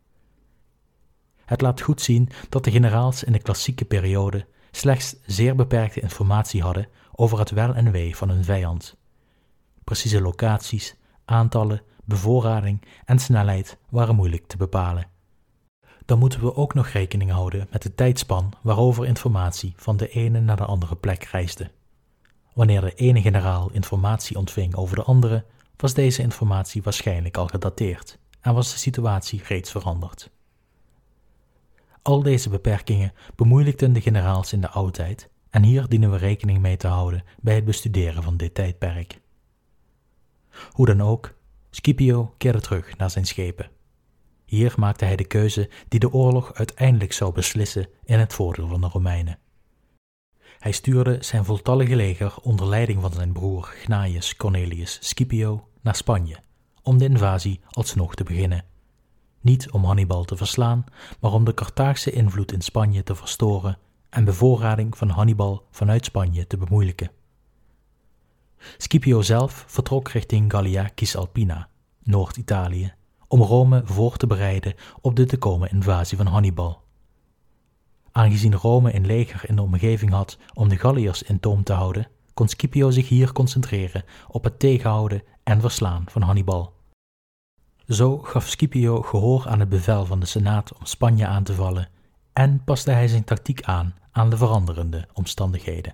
Het laat goed zien dat de generaals in de klassieke periode slechts zeer beperkte informatie hadden over het wel en wee van hun vijand. Precieze locaties, aantallen, bevoorrading en snelheid waren moeilijk te bepalen. Dan moeten we ook nog rekening houden met de tijdspan waarover informatie van de ene naar de andere plek reisde. Wanneer de ene generaal informatie ontving over de andere, was deze informatie waarschijnlijk al gedateerd en was de situatie reeds veranderd. Al deze beperkingen bemoeilijkten de generaals in de oudtijd en hier dienen we rekening mee te houden bij het bestuderen van dit tijdperk. Hoe dan ook, Scipio keerde terug naar zijn schepen. Hier maakte hij de keuze die de oorlog uiteindelijk zou beslissen in het voordeel van de Romeinen. Hij stuurde zijn voltallige leger onder leiding van zijn broer Gnaeus Cornelius Scipio naar Spanje, om de invasie alsnog te beginnen. Niet om Hannibal te verslaan, maar om de Carthaagse invloed in Spanje te verstoren en bevoorrading van Hannibal vanuit Spanje te bemoeilijken. Scipio zelf vertrok richting Gallia Cisalpina, Noord-Italië, om Rome voor te bereiden op de te komen invasie van Hannibal. Aangezien Rome een leger in de omgeving had om de Galliërs in toom te houden, kon Scipio zich hier concentreren op het tegenhouden en verslaan van Hannibal. Zo gaf Scipio gehoor aan het bevel van de Senaat om Spanje aan te vallen en paste hij zijn tactiek aan aan de veranderende omstandigheden.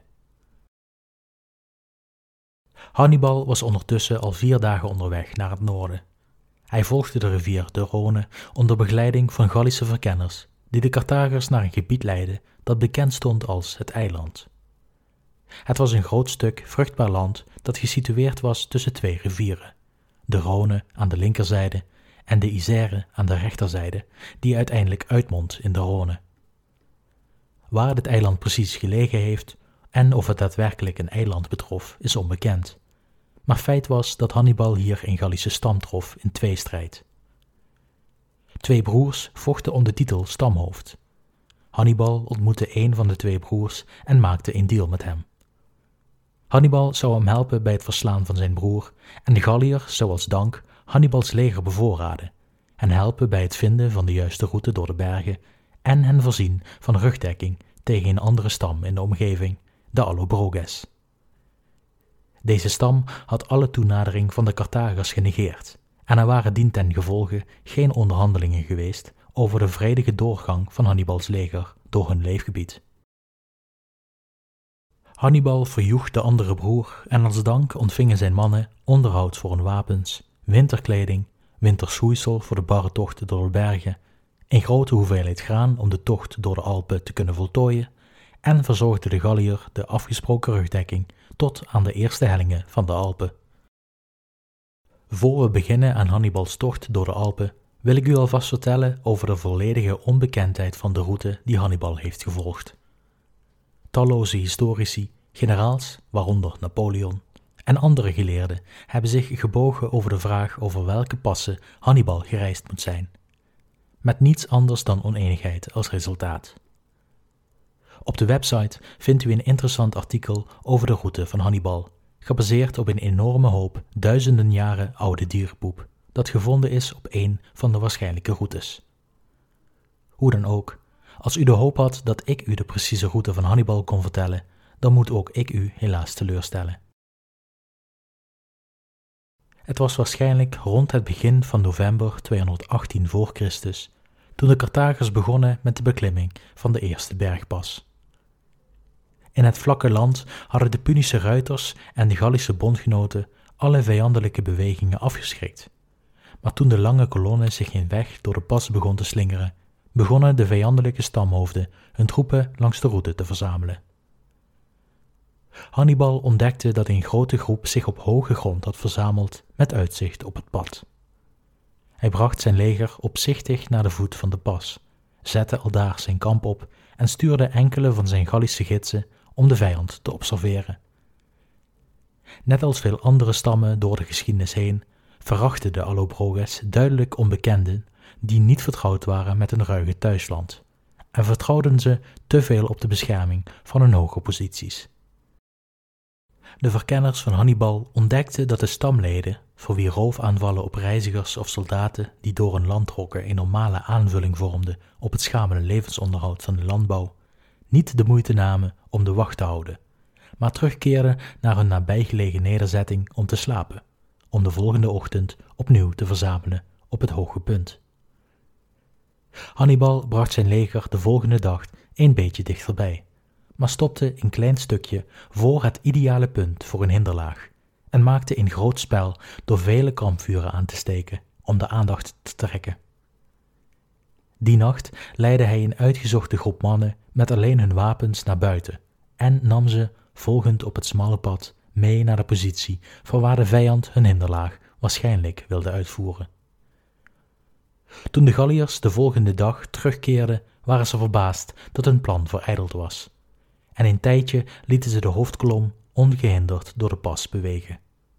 Hannibal was ondertussen al vier dagen onderweg naar het noorden. Hij volgde de rivier de Rhône onder begeleiding van Gallische verkenners die de Carthagers naar een gebied leidden dat bekend stond als het eiland. Het was een groot stuk vruchtbaar land dat gesitueerd was tussen twee rivieren, de Rhône aan de linkerzijde en de Isère aan de rechterzijde, die uiteindelijk uitmondt in de Rhône. Waar dit eiland precies gelegen heeft en of het daadwerkelijk een eiland betrof, is onbekend. Maar feit was dat Hannibal hier een Gallische stam trof in tweestrijd. Twee broers vochten om de titel stamhoofd. Hannibal ontmoette een van de twee broers en maakte een deal met hem. Hannibal zou hem helpen bij het verslaan van zijn broer en de Galliër zou als dank Hannibals leger bevoorraden en helpen bij het vinden van de juiste route door de bergen en hen voorzien van rugdekking tegen een andere stam in de omgeving, de Allobroges. Deze stam had alle toenadering van de Carthagers genegeerd en er waren dientengevolge geen onderhandelingen geweest over de vredige doorgang van Hannibals leger door hun leefgebied. Hannibal verjoeg de andere broer en als dank ontvingen zijn mannen onderhoud voor hun wapens, winterkleding, winterschoeisel voor de barre tochten door de bergen, een grote hoeveelheid graan om de tocht door de Alpen te kunnen voltooien en verzorgde de Galliër de afgesproken rugdekking tot aan de eerste hellingen van de Alpen. Voor we beginnen aan Hannibals tocht door de Alpen, wil ik u alvast vertellen over de volledige onbekendheid van de route die Hannibal heeft gevolgd. Talloze historici, generaals, waaronder Napoleon, en andere geleerden hebben zich gebogen over de vraag over welke passen Hannibal gereisd moet zijn, met niets anders dan oneenigheid als resultaat. Op de website vindt u een interessant artikel over de route van Hannibal, gebaseerd op een enorme hoop duizenden jaren oude dierenpoep, dat gevonden is op een van de waarschijnlijke routes. Hoe dan ook, als u de hoop had dat ik u de precieze route van Hannibal kon vertellen, dan moet ook ik u helaas teleurstellen. Het was waarschijnlijk rond het begin van november tweehonderdachttien voor Christus, toen de Carthagers begonnen met de beklimming van de eerste bergpas. In het vlakke land hadden de Punische ruiters en de Gallische bondgenoten alle vijandelijke bewegingen afgeschrikt. Maar toen de lange kolonne zich een weg door de pas begon te slingeren, begonnen de vijandelijke stamhoofden hun troepen langs de route te verzamelen. Hannibal ontdekte dat een grote groep zich op hoge grond had verzameld met uitzicht op het pad. Hij bracht zijn leger opzichtig naar de voet van de pas, zette aldaar zijn kamp op en stuurde enkele van zijn Gallische gidsen om de vijand te observeren. Net als veel andere stammen door de geschiedenis heen, verachten de Allobroges duidelijk onbekenden die niet vertrouwd waren met een ruige thuisland, en vertrouwden ze te veel op de bescherming van hun hoge posities. De verkenners van Hannibal ontdekten dat de stamleden, voor wie roofaanvallen op reizigers of soldaten die door een land trokken een normale aanvulling vormden op het schamele levensonderhoud van de landbouw, niet de moeite namen om de wacht te houden, maar terugkeerden naar hun nabijgelegen nederzetting om te slapen, om de volgende ochtend opnieuw te verzamelen op het hoge punt. Hannibal bracht zijn leger de volgende dag een beetje dichterbij, maar stopte een klein stukje voor het ideale punt voor een hinderlaag en maakte een groot spel door vele kampvuren aan te steken om de aandacht te trekken. Die nacht leidde hij een uitgezochte groep mannen met alleen hun wapens naar buiten en nam ze, volgend op het smalle pad, mee naar de positie vanwaar de vijand hun hinderlaag waarschijnlijk wilde uitvoeren. Toen de Galliërs de volgende dag terugkeerden, waren ze verbaasd dat hun plan verijdeld was, en een tijdje lieten ze de hoofdkolom ongehinderd door de pas bewegen.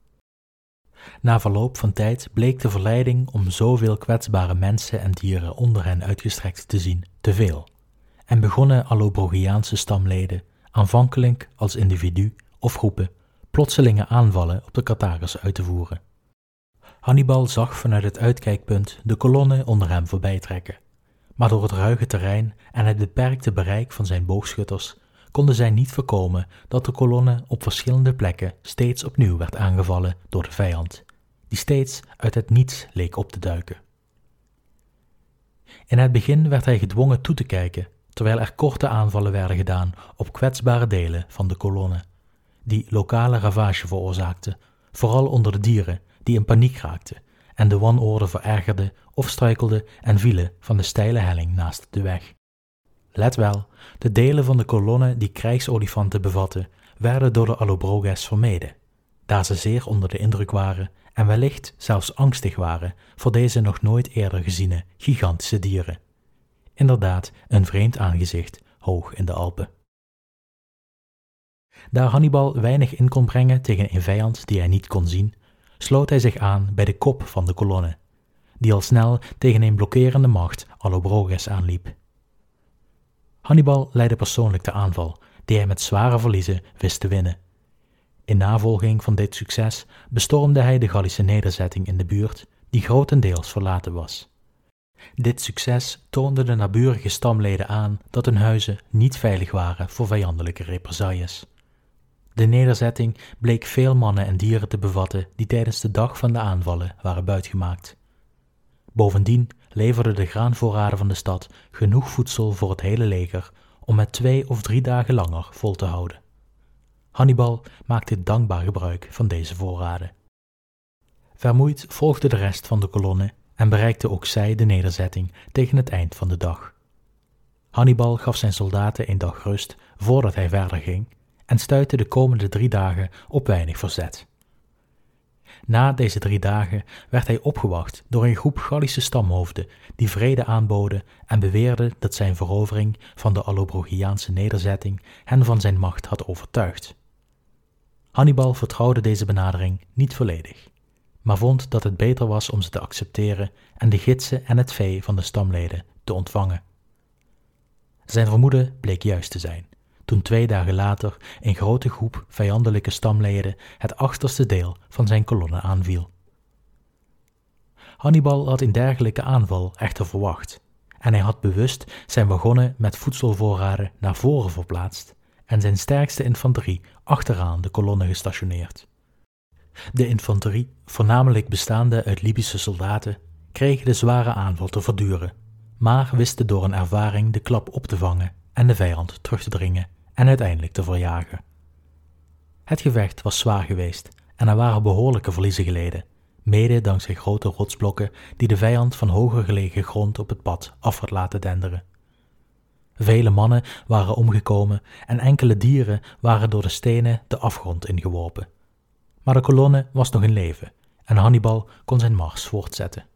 Na verloop van tijd bleek de verleiding om zoveel kwetsbare mensen en dieren onder hen uitgestrekt te zien te veel, en begonnen Allobrogiaanse stamleden, aanvankelijk als individu of groepen, plotselinge aanvallen op de Carthagers uit te voeren. Hannibal zag vanuit het uitkijkpunt de kolonne onder hem voorbij trekken, maar door het ruige terrein en het beperkte bereik van zijn boogschutters konden zij niet voorkomen dat de kolonne op verschillende plekken steeds opnieuw werd aangevallen door de vijand, die steeds uit het niets leek op te duiken. In het begin werd hij gedwongen toe te kijken, terwijl er korte aanvallen werden gedaan op kwetsbare delen van de kolonne, die lokale ravage veroorzaakten, vooral onder de dieren die in paniek raakten en de wanorde verergerden of struikelden en vielen van de steile helling naast de weg. Let wel, de delen van de kolonne die krijgsolifanten bevatten, werden door de Allobroges vermeden, daar ze zeer onder de indruk waren en wellicht zelfs angstig waren voor deze nog nooit eerder geziene gigantische dieren. Inderdaad, een vreemd aangezicht hoog in de Alpen. Daar Hannibal weinig in kon brengen tegen een vijand die hij niet kon zien, sloot hij zich aan bij de kop van de kolonne, die al snel tegen een blokkerende macht Allobroges aanliep. Hannibal leidde persoonlijk de aanval, die hij met zware verliezen wist te winnen. In navolging van dit succes bestormde hij de Gallische nederzetting in de buurt, die grotendeels verlaten was. Dit succes toonde de naburige stamleden aan dat hun huizen niet veilig waren voor vijandelijke represailles. De nederzetting bleek veel mannen en dieren te bevatten die tijdens de dag van de aanvallen waren buitgemaakt. Bovendien leverden de graanvoorraden van de stad genoeg voedsel voor het hele leger om het twee of drie dagen langer vol te houden. Hannibal maakte dankbaar gebruik van deze voorraden. Vermoeid volgde de rest van de kolonne en bereikte ook zij de nederzetting tegen het eind van de dag. Hannibal gaf zijn soldaten een dag rust voordat hij verder ging en stuitte de komende drie dagen op weinig verzet. Na deze drie dagen werd hij opgewacht door een groep Gallische stamhoofden die vrede aanboden en beweerden dat zijn verovering van de Allobrogiaanse nederzetting hen van zijn macht had overtuigd. Hannibal vertrouwde deze benadering niet volledig, maar vond dat het beter was om ze te accepteren en de gidsen en het vee van de stamleden te ontvangen. Zijn vermoeden bleek juist te zijn, toen twee dagen later een grote groep vijandelijke stamleden het achterste deel van zijn kolonne aanviel. Hannibal had een dergelijke aanval echter verwacht, en hij had bewust zijn wagonnen met voedselvoorraden naar voren verplaatst en zijn sterkste infanterie achteraan de kolonne gestationeerd. De infanterie, voornamelijk bestaande uit Libische soldaten, kregen de zware aanval te verduren, maar wisten door een ervaring de klap op te vangen en de vijand terug te dringen en uiteindelijk te verjagen. Het gevecht was zwaar geweest en er waren behoorlijke verliezen geleden, mede dankzij grote rotsblokken die de vijand van hoger gelegen grond op het pad af had laten denderen. Vele mannen waren omgekomen en enkele dieren waren door de stenen de afgrond ingeworpen. Maar de kolonne was nog in leven en Hannibal kon zijn mars voortzetten.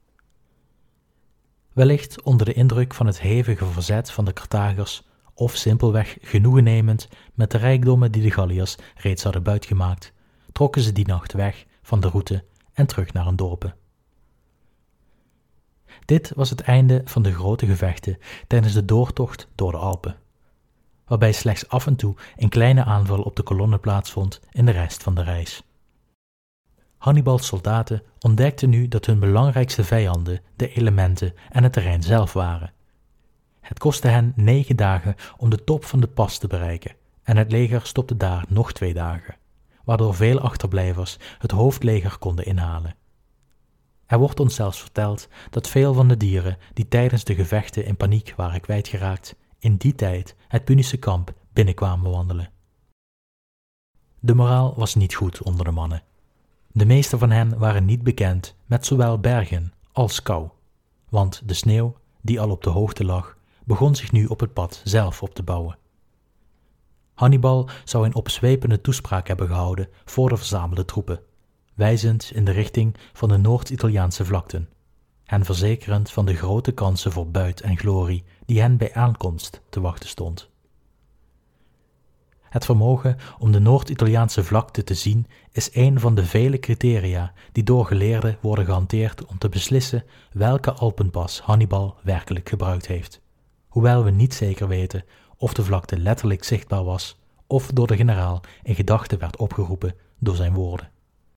Wellicht onder de indruk van het hevige verzet van de Carthagers of simpelweg genoegen nemend met de rijkdommen die de Galliërs reeds hadden buitgemaakt, trokken ze die nacht weg van de route en terug naar hun dorpen. Dit was het einde van de grote gevechten tijdens de doortocht door de Alpen, waarbij slechts af en toe een kleine aanval op de kolonne plaatsvond in de rest van de reis. Hannibals soldaten ontdekten nu dat hun belangrijkste vijanden de elementen en het terrein zelf waren. Het kostte hen negen dagen om de top van de pas te bereiken en het leger stopte daar nog twee dagen, waardoor veel achterblijvers het hoofdleger konden inhalen. Er wordt ons zelfs verteld dat veel van de dieren die tijdens de gevechten in paniek waren kwijtgeraakt, in die tijd het Punische kamp binnenkwamen wandelen. De moraal was niet goed onder de mannen. De meeste van hen waren niet bekend met zowel bergen als kou, want de sneeuw, die al op de hoogte lag, begon zich nu op het pad zelf op te bouwen. Hannibal zou een opzwepende toespraak hebben gehouden voor de verzamelde troepen, wijzend in de richting van de Noord-Italiaanse vlakten, hen verzekerend van de grote kansen voor buit en glorie die hen bij aankomst te wachten stond. Het vermogen om de Noord-Italiaanse vlakte te zien is een van de vele criteria die door geleerden worden gehanteerd om te beslissen welke Alpenpas Hannibal werkelijk gebruikt heeft, hoewel we niet zeker weten of de vlakte letterlijk zichtbaar was of door de generaal in gedachten werd opgeroepen door zijn woorden.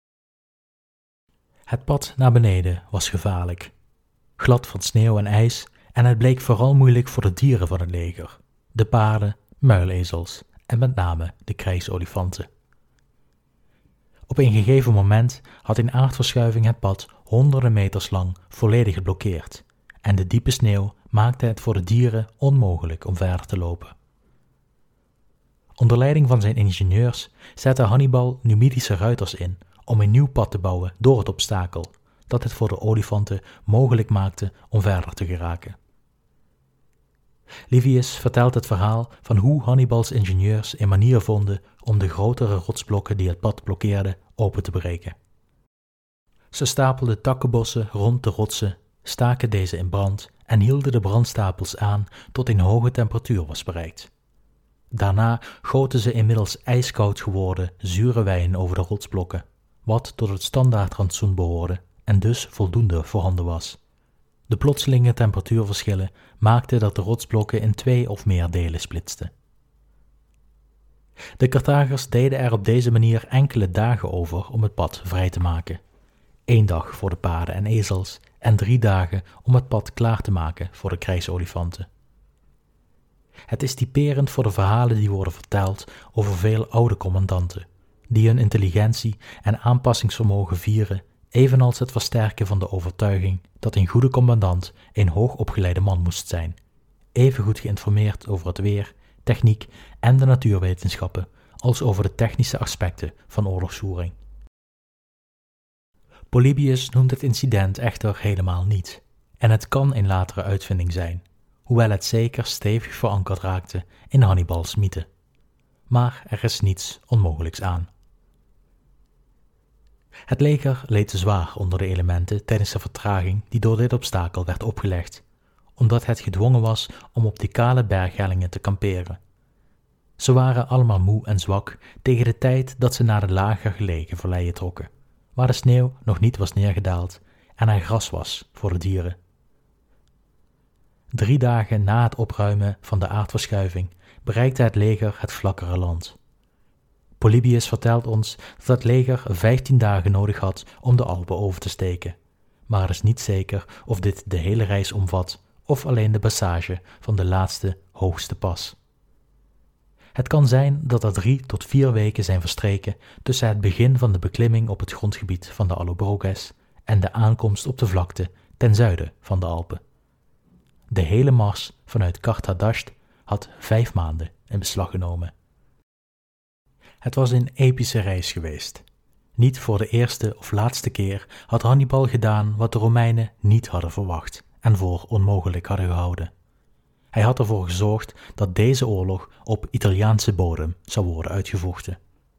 Het pad naar beneden was gevaarlijk, glad van sneeuw en ijs, en het bleek vooral moeilijk voor de dieren van het leger, de paarden, muilezels en met name de krijgsolifanten. Op een gegeven moment had een aardverschuiving het pad honderden meters lang volledig geblokkeerd en de diepe sneeuw maakte het voor de dieren onmogelijk om verder te lopen. Onder leiding van zijn ingenieurs zette Hannibal Numidische ruiters in om een nieuw pad te bouwen door het obstakel, dat het voor de olifanten mogelijk maakte om verder te geraken. Livius vertelt het verhaal van hoe Hannibals ingenieurs een manier vonden om de grotere rotsblokken die het pad blokkeerden open te breken. Ze stapelden takkenbossen rond de rotsen, staken deze in brand en hielden de brandstapels aan tot een hoge temperatuur was bereikt. Daarna goten ze inmiddels ijskoud geworden zure wijn over de rotsblokken, wat tot het standaardrantsoen behoorde en dus voldoende voorhanden was. De plotselinge temperatuurverschillen maakten dat de rotsblokken in twee of meer delen splitsten. De Carthagers deden er op deze manier enkele dagen over om het pad vrij te maken. Eén dag voor de paarden en ezels en drie dagen om het pad klaar te maken voor de krijgsolifanten. Het is typerend voor de verhalen die worden verteld over veel oude commandanten, die hun intelligentie en aanpassingsvermogen vieren, evenals het versterken van de overtuiging dat een goede commandant een hoogopgeleide man moest zijn, even goed geïnformeerd over het weer, techniek en de natuurwetenschappen, als over de technische aspecten van oorlogsvoering. Polybius noemt het incident echter helemaal niet, en het kan een latere uitvinding zijn, hoewel het zeker stevig verankerd raakte in Hannibals mythe. Maar er is niets onmogelijks aan. Het leger leed zwaar onder de elementen tijdens de vertraging die door dit obstakel werd opgelegd, omdat het gedwongen was om op die kale berghellingen te kamperen. Ze waren allemaal moe en zwak tegen de tijd dat ze naar de lager gelegen valleien trokken, waar de sneeuw nog niet was neergedaald en er gras was voor de dieren. Drie dagen na het opruimen van de aardverschuiving bereikte het leger het vlakkere land. Polybius vertelt ons dat het leger vijftien dagen nodig had om de Alpen over te steken, maar het is niet zeker of dit de hele reis omvat of alleen de passage van de laatste, hoogste pas. Het kan zijn dat er drie tot vier weken zijn verstreken tussen het begin van de beklimming op het grondgebied van de Allobroges en de aankomst op de vlakte ten zuiden van de Alpen. De hele mars vanuit Karthadasht had vijf maanden in beslag genomen. Het was een epische reis geweest. Niet voor de eerste of laatste keer had Hannibal gedaan wat de Romeinen niet hadden verwacht en voor onmogelijk hadden gehouden. Hij had ervoor gezorgd dat deze oorlog op Italiaanse bodem zou worden uitgevochten.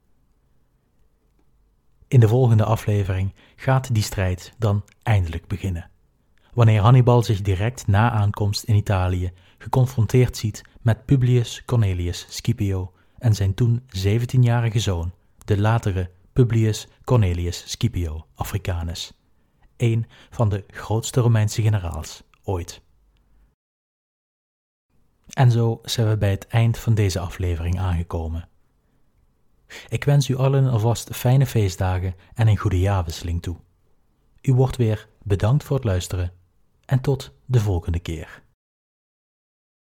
In de volgende aflevering gaat die strijd dan eindelijk beginnen, wanneer Hannibal zich direct na aankomst in Italië geconfronteerd ziet met Publius Cornelius Scipio en zijn toen zeventienjarige zoon, de latere Publius Cornelius Scipio Africanus, een van de grootste Romeinse generaals ooit. En zo zijn we bij het eind van deze aflevering aangekomen. Ik wens u allen alvast fijne feestdagen en een goede jaarwisseling toe. U wordt weer bedankt voor het luisteren en tot de volgende keer.